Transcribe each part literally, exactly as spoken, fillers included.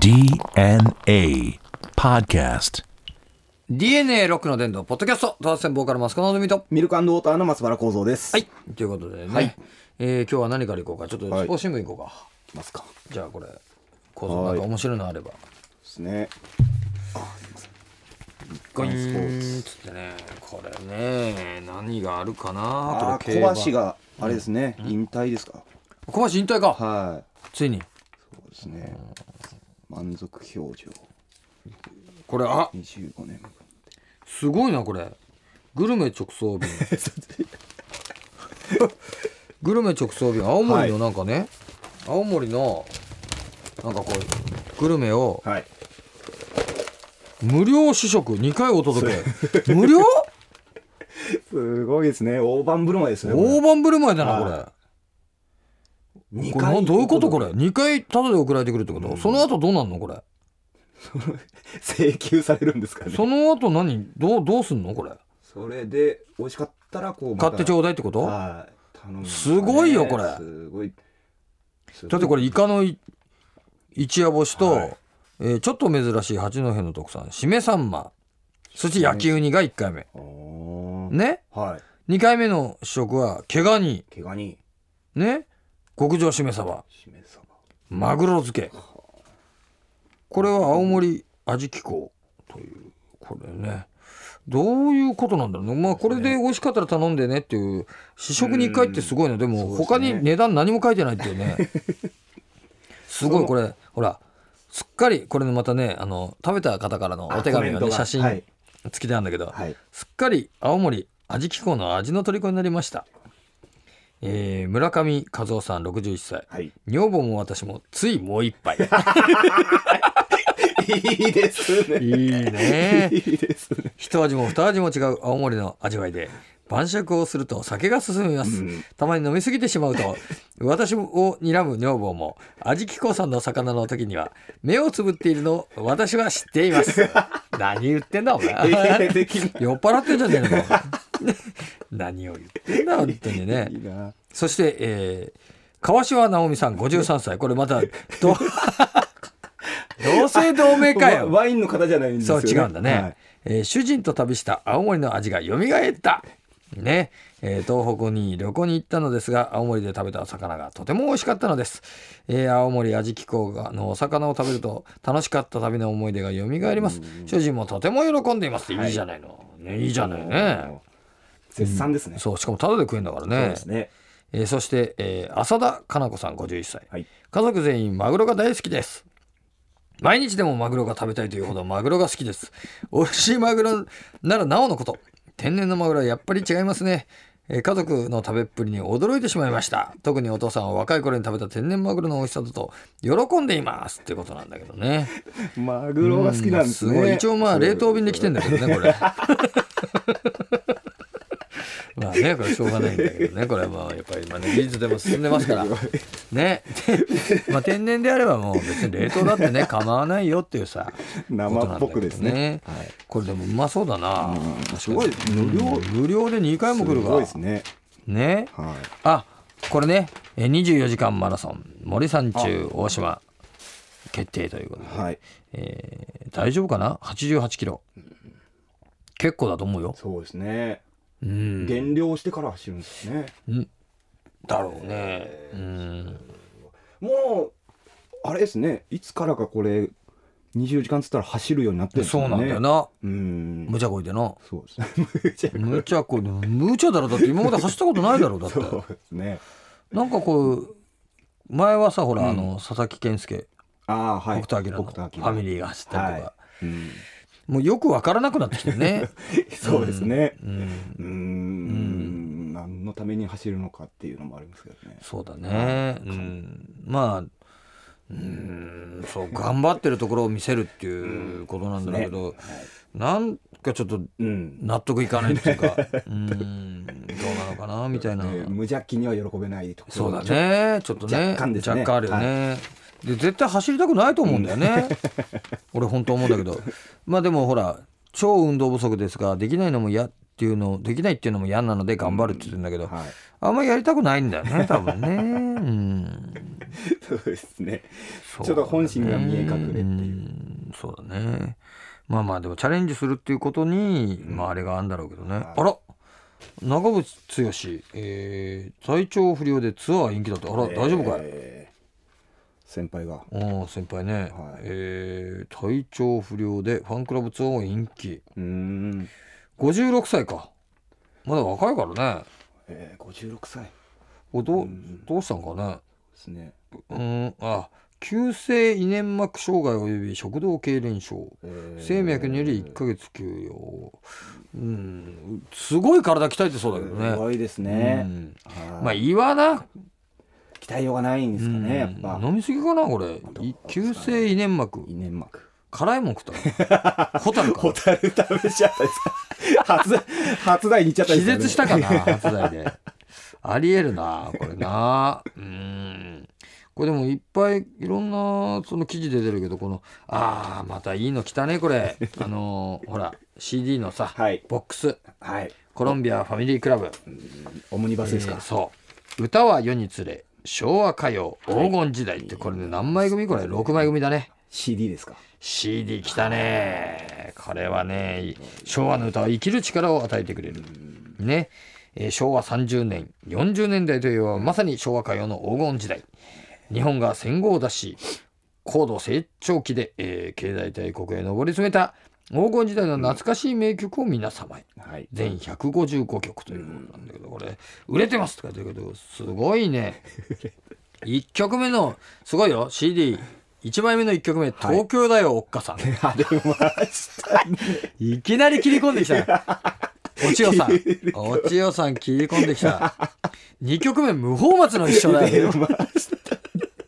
ディーエヌエー Podcast。 ディーエヌエー ロックの伝道ポッドキャスト、トラッセンボーカルマスコのぞみと、 ミルクウォーターの松原幸三です。 はい、ということでね、 はいえー今日は何からいこうか。ちょっとスポーツ新聞いこうか、 いきますか。 じゃあこれ構造なんか面白いのあればですね。 ゴイ日刊スポーーンツ。 つってね、これね何があるかな。 ああ、 これ競馬小橋があれですね、引退ですか。 小橋引退か、 はい。 ついにそうですね。満足表情。 これ、あ、 にじゅうごねんぶん。 すごいなこれ。グルメ直送便グルメ直送便、青森のなんかね、青森のなんかこうグルメをはい。 無料試食にかいお届け無料すごいですね。大盤振る舞いですね。 大盤振る舞いだなこれ。 はにこれなどういうことこれ。にかいタダで送られてくるってこと、うん、その後どうなんのこれ。 請求されるんですかね。 その後何どうどうすんのこれ。 それで美味しかったらこう、ま、 買ってちょうだいってこと。 はい頼む、ね、 すごいよこれ。 すごい。 だってこれイカの一夜干しと、はい、えー、ちょっと珍しい八戸の特産しめサンマ、そして焼きウニがいっかいめね、はい、にかいめの試食は毛ガニ毛ガニね、極上しめ鯖、マグロ漬け、これは青森味機構という、これねどういうことなんだろうね。まあこれで美味しかったら頼んでねっていう、試食にいっかいってすごいの。でも他に値段何も書いてないっていうねすごいこれほら、すっかりこれまたね、あの食べた方からのお手紙がね、写真付きであるんだけど、はい、すっかり青森味機構の味の虜になりました。えー、村上和夫さんろくじゅういっさい、はい、女房も私もついもう一杯いいですね。 いいね。 いいですね。 一味も二味も違う青森の味わいで晩酌をすると酒が進みます、うん、たまに飲み過ぎてしまうと私を睨む女房も味機構さんの魚の時には目をつぶっているのを私は知っています何言ってんだお前酔っ払ってんじゃねえの何を言ってんだ本当にね。いいな。そして、えー、川島直美さんごじゅうさんさい、これまたど同姓同名かよ。 ワインの方じゃないんですよね。 そう違うんだね、はい、えー、主人と旅した青森の味が蘇ったね、えー、東北に旅行に行ったのですが青森で食べた魚がとても美味しかったのです、えー、青森味機構のお魚を食べると楽しかった旅の思い出が蘇ります。主人もとても喜んでいます。はい、いいじゃないの、ね、いいじゃないね。 絶賛ですね、 うん、そうしかもタダで食えんだからね。 そうですね。 えー、そして、えー、浅田かな子さんごじゅういっさい、はい、家族全員マグロが大好きです。毎日でもマグロが食べたいというほどマグロが好きです。美味しいマグロならなおのこと、天然のマグロはやっぱり違いますね。えー、家族の食べっぷりに驚いてしまいました。特にお父さんは若い頃に食べた天然マグロの美味しさだと喜んでいますっていうことなんだけどね。 マグロが好きなんですね。すごい。 一応まあ冷凍便で来てんだけどねこれまあねこれしょうがないんだけどね、これはまあやっぱり今ね技術でも進んでますからねまあ天然であればもう別に冷凍だってね構わないよっていうさ生っぽくですね、 はい、これでもうまそうだな、 うん、すごい無料無料でにかいも来るからすごいですね。 ね、はい、あこれねにじゅうよじかんマラソン森三中大島決定ということで、はい、えー、大丈夫かな。はちじゅうはちキロ結構だと思うよ。 そうですね。 うん、 減量してから走るんですね。 んだろうね。うん、 もうあれですね、いつからかこれにじゅうじかんつったら走るようになってるんですよね。 そうなんだよな。 うん、 無茶こいでな。 そうですね。 無茶こいで無茶だろ。だって今まで走ったことないだろうだって。 そうですね。なんかこう前はさほら、うん、あの佐々木健介、 あ、はい、 北斗晶のファミリーが走ったりとか、はい、うん、もうよく分からなくなってきてねそうですね。うん、うんうん、 何のために走るのかっていうのもありますけどね。 そうだね、うん、まあうーんそう頑張ってるところを見せるっていうことなんだけど、うんね、はい、なんかちょっと納得いかないっていうか、うん、うんどうなのかなみたいな、 ね、無邪気には喜べないところ。 そうだね、ちょっとね若干ですね、 若干あるよね、はい、で絶対走りたくないと思うんだよね、うん、俺本当思うんだけどまあでもほら超運動不足ですができないのも嫌っていうのできないっていうのも嫌なので頑張るって言ってるんだけど、うん、はい、あんまりやりたくないんだよね多分ね、うん、 そうですね。 そうだねちょっと本心が見え隠れっていう。 んそうだね。まあまあでもチャレンジするっていうことに、 うんまああれがあるんだろうけどね、 はいあら長渕剛、えー、体調不良でツアー延期だってあら、 えー大丈夫かい。 先輩が。 おー先輩ね、 はいえー体調不良でファンクラブツアーを延期。 うーん。 ごじゅうろくさいか、まだ若いからね。 えー、ごじゅうろくさいこれどううんどうしたんかね。 ですね。 うんあ急性胃粘膜障害および食道痙攣症、 えー生脈によりいっかげつ休養。うんすごい体鍛えてそうだけどね。 すごいですね。 うんはいまあ胃はな、 期待ようがないんですかね、やっぱ。 飲みすぎかなこれ。い急性胃粘膜胃粘膜。 辛いもん食ったのホタルかホタル食べちゃったですか。初初台に行っちゃった気ですかね。 絶したかな初台で。ありえるなこれな。うんこれでもいっぱいいろんなその記事出てるけど、このあーまたいいの来たねこれあのーほら シーディー のさ、 はいボックスはい。 コロンビアファミリークラブ、 オムニバスですか。 えーそう歌は世につれ昭和歌謡黄金時代って、これね何枚組これろくまい組だね。 シーディー ですか。 シーディー 来たね。これはね昭和の歌は生きる力を与えてくれるね、えー昭和さんじゅうねんよんじゅうねんだいというのはまさに昭和歌謡の黄金時代。日本が戦後を脱し高度成長期で、えー経済大国へ上り詰めた黄金時代の懐かしい名曲を皆様へ、 はい。 全ひゃくごじゅうごきょくということなんだけど、これ売れてますとか言ってるけどすごいね。いっきょくめのすごいよ シーディーいちまいめのいっきょくめ、東京だよおっかさん。 あ出ましたね。 いきなり切り込んできた。おちよさんおちよさん切り込んできた。にきょくめ無法松の一緒だよ。 出ました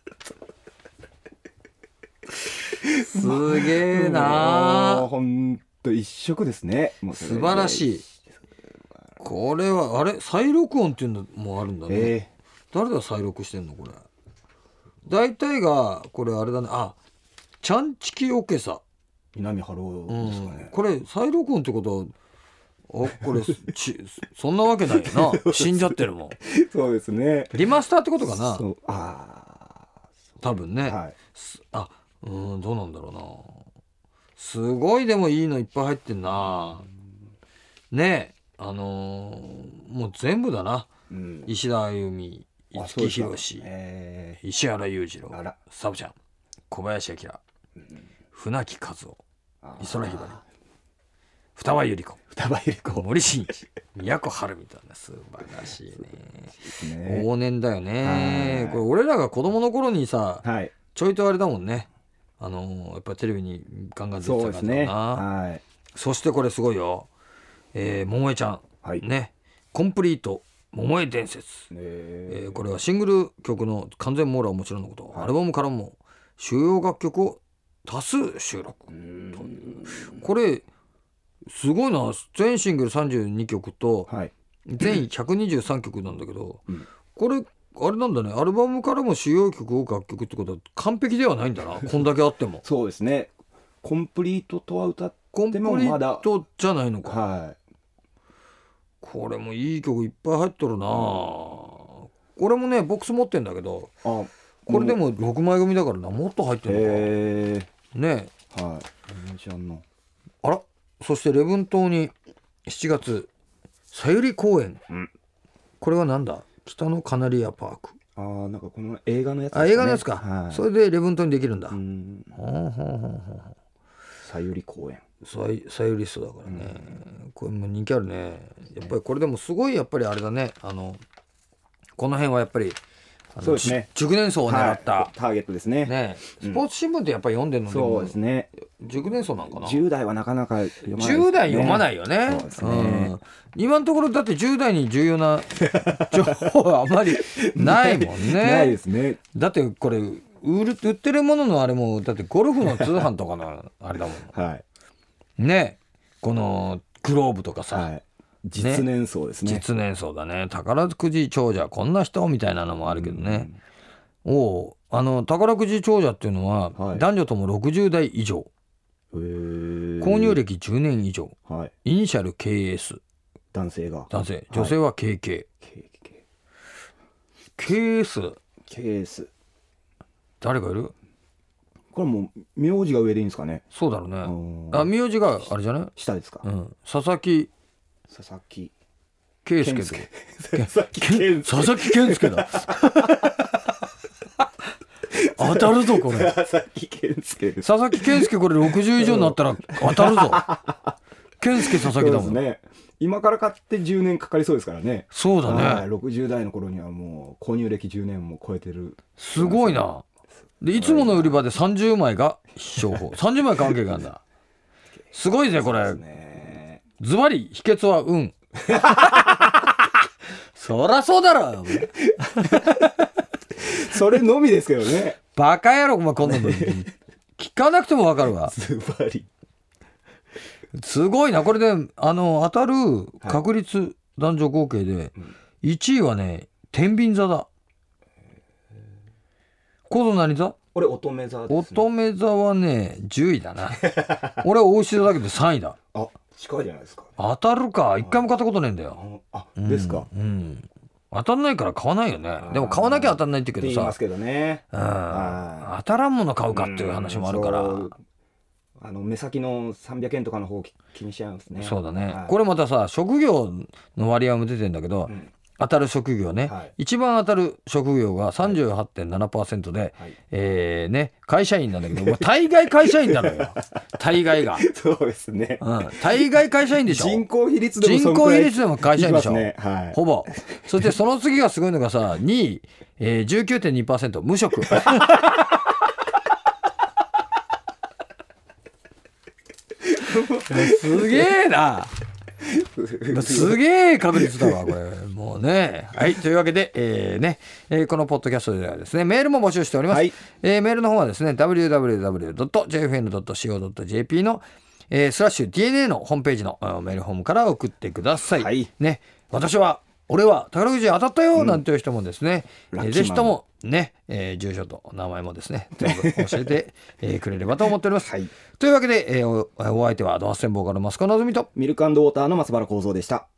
すげえもうな。 ほんと一色ですね。もうそれで素晴らしい。これはあれ再録音っていうのもあるんだね、 え誰が再録してんのこれ。大体がこれあれだね、あちゃんちきおけさ、 ー、南春夫うですかねん、。これ再録音ってことはあこれちそんなわけないよな。死んじゃってるもん。 そうですね。 リマスターってことかなそうあ多分ね、 あはい。 すあうんどうなんだろうな。すごいでもいいのいっぱい入ってんな。ねえあのーもう全部だな。 うん。 石田あゆみ、 あ五木ひろし、 え石原裕次郎ー、あ、ら。 サブちゃん、小林明、船木和夫、 あ美空ひばり、二葉百合子、 双葉百合子森進一、都はるみたいな素晴らしいね。 ですね。 往年だよねはいこれ。俺らが子供の頃にさはい。 ちょいとあれだもんね、あのーやっぱりテレビにガンガン出てたそうですね。 からな。 はい。 そしてこれすごいよ、えー、桃江ちゃん、 はい。 ねコンプリート桃江伝説、ええーこれはシングル曲の完全網羅はもちろんのこと、 はいアルバムからも主要楽曲を多数収録。これすごいな。全シングルさんじゅうにきょくとはい。 全ひゃくにじゅうさんきょくなんだけど、 うんこれあれなんだね、アルバムからも主要曲を楽曲ってことは完璧ではないんだなこんだけあっても。 そうですね。コンプリートとは歌っコンプリでもまだートじゃないのか。 はこれもいい曲いっぱい入っとるな。これもねボックス持ってんだけど、 い。あ、 これでもろくまい組だからな、もっと入ってるのか、 えねー、はい。みちゃんの。 あらそして礼文島にしちがつさゆり公園、 うんこれはなんだ、北のカナリアパーク、 あー、なんかこの映画のやつですかあね。 映画のやつか、 はい。 それで礼文島にできるんだ、 うん。 ほうほうほうほうさゆり公園。 さゆさゆりストだからね、これも人気あるね。やっぱりこれでもすごいやっぱりあれだね、あのこの辺はやっぱりあのそうですねじ熟年層を狙った、 はい、ターゲットですね。 ねスポーツ新聞ってやっぱり読んでるのでもそうですね。 熟年層なんかな。 じゅう代はなかなか読まないですね。 じゅう代読まないよね。 そうですね。 うん今のところだってじゅう代に重要な情報はあまりないもんね。 ないですね。 だってこれ売る売ってるもののあれもだってゴルフの通販とかのあれだもはい。 んね。このグローブとかさ、 はい。実年層ですね。 実年層だね。宝くじ長者こんな人みたいなのもあるけどね。おうあの宝くじ長者っていうのは、 はい男女ともろくじゅう代以上、 へー購入歴じゅうねん以上、 はい。 イニシャル ケーエス男性が。 男性、女性は ケーケー、 ケーケーケーエスケーエス。 誰がいる？ これもう名字が上でいいんですかね。 そうだろうね。 うんあ、名字があれじゃない？ 下ですか。 うん、佐々木佐々木圭介健介佐々木健介佐々木健介だ当たるぞこれ。 佐々木健介です。 佐々木健介これろくじゅう以上になったら当たるぞ健介佐々木だもん。 そうですね。今から買ってじゅうねんかかりそうですからね。 そうだね。 はい、ろくじゅう代の頃にはもう購入歴じゅうねんも超えてる。 すごいな。でいつもの売り場でさんじゅうまいが必勝法さんじゅうまい関係があるんだ。すごいねこれ。 ね、 ズバリ秘訣は運そらそうだろそれのみですけどね。 バカ野郎お前こんなの聞かなくても分かるわ。 ズバリすごいなこれであの当たる確率男女合計でいちいはね天秤座だ。コード何座？ 俺乙女座です、ね、 乙女座はねじゅういだな俺は大牛座だけどさんいだ。 あ、近いじゃないですか。 当たるか一回も買ったことねえんだよ。 あ、 うん、 ですか、 うん、当たんないから買わないよね。でも買わなきゃ当たんないって言うけどさ、 言いますけどね、 うん、当たらんもの買うかっていう話もあるから、 うん、あの目先のさんびゃくえんとかの方気にしちゃいますね。 そうだね、 はい、 これまたさ職業の割合も出てんだけど、うん、当たる職業ね、はい、一番当たる職業が さんじゅうはちてんななパーセント で、はい、えーね、会社員なんだけどもう大概会社員なのよ大概がそうですね、 うん、大概会社員でしょ。 人口比率でも人口比率でも会社員でしょ、 ね、はい、 ほぼ。そしてその次がすごいのがさにい、えー、じゅうきゅうてんにパーセント 無職すげえなすげえ確率だわこれもうね。はい、というわけで、えーねえー、このポッドキャストではですねメールも募集しております、はい、えー、メールの方はですね ダブリューダブリューダブリュードットジェイエフエヌドットシーオードットジェーピー の、えー、スラッシュ ディーエヌエー のホームページのメールフォームから送ってください、はい、ね。私は俺は宝くじ当たったよなんていう人もですね、うん、えー、ぜひともね、えー、住所と名前もですね全部教えて、えー、くれればと思っております、はい、というわけで、えー、お, お相手はドアステンボーカルマスコのぞみとミルク&ウォーターの松原幸三でした。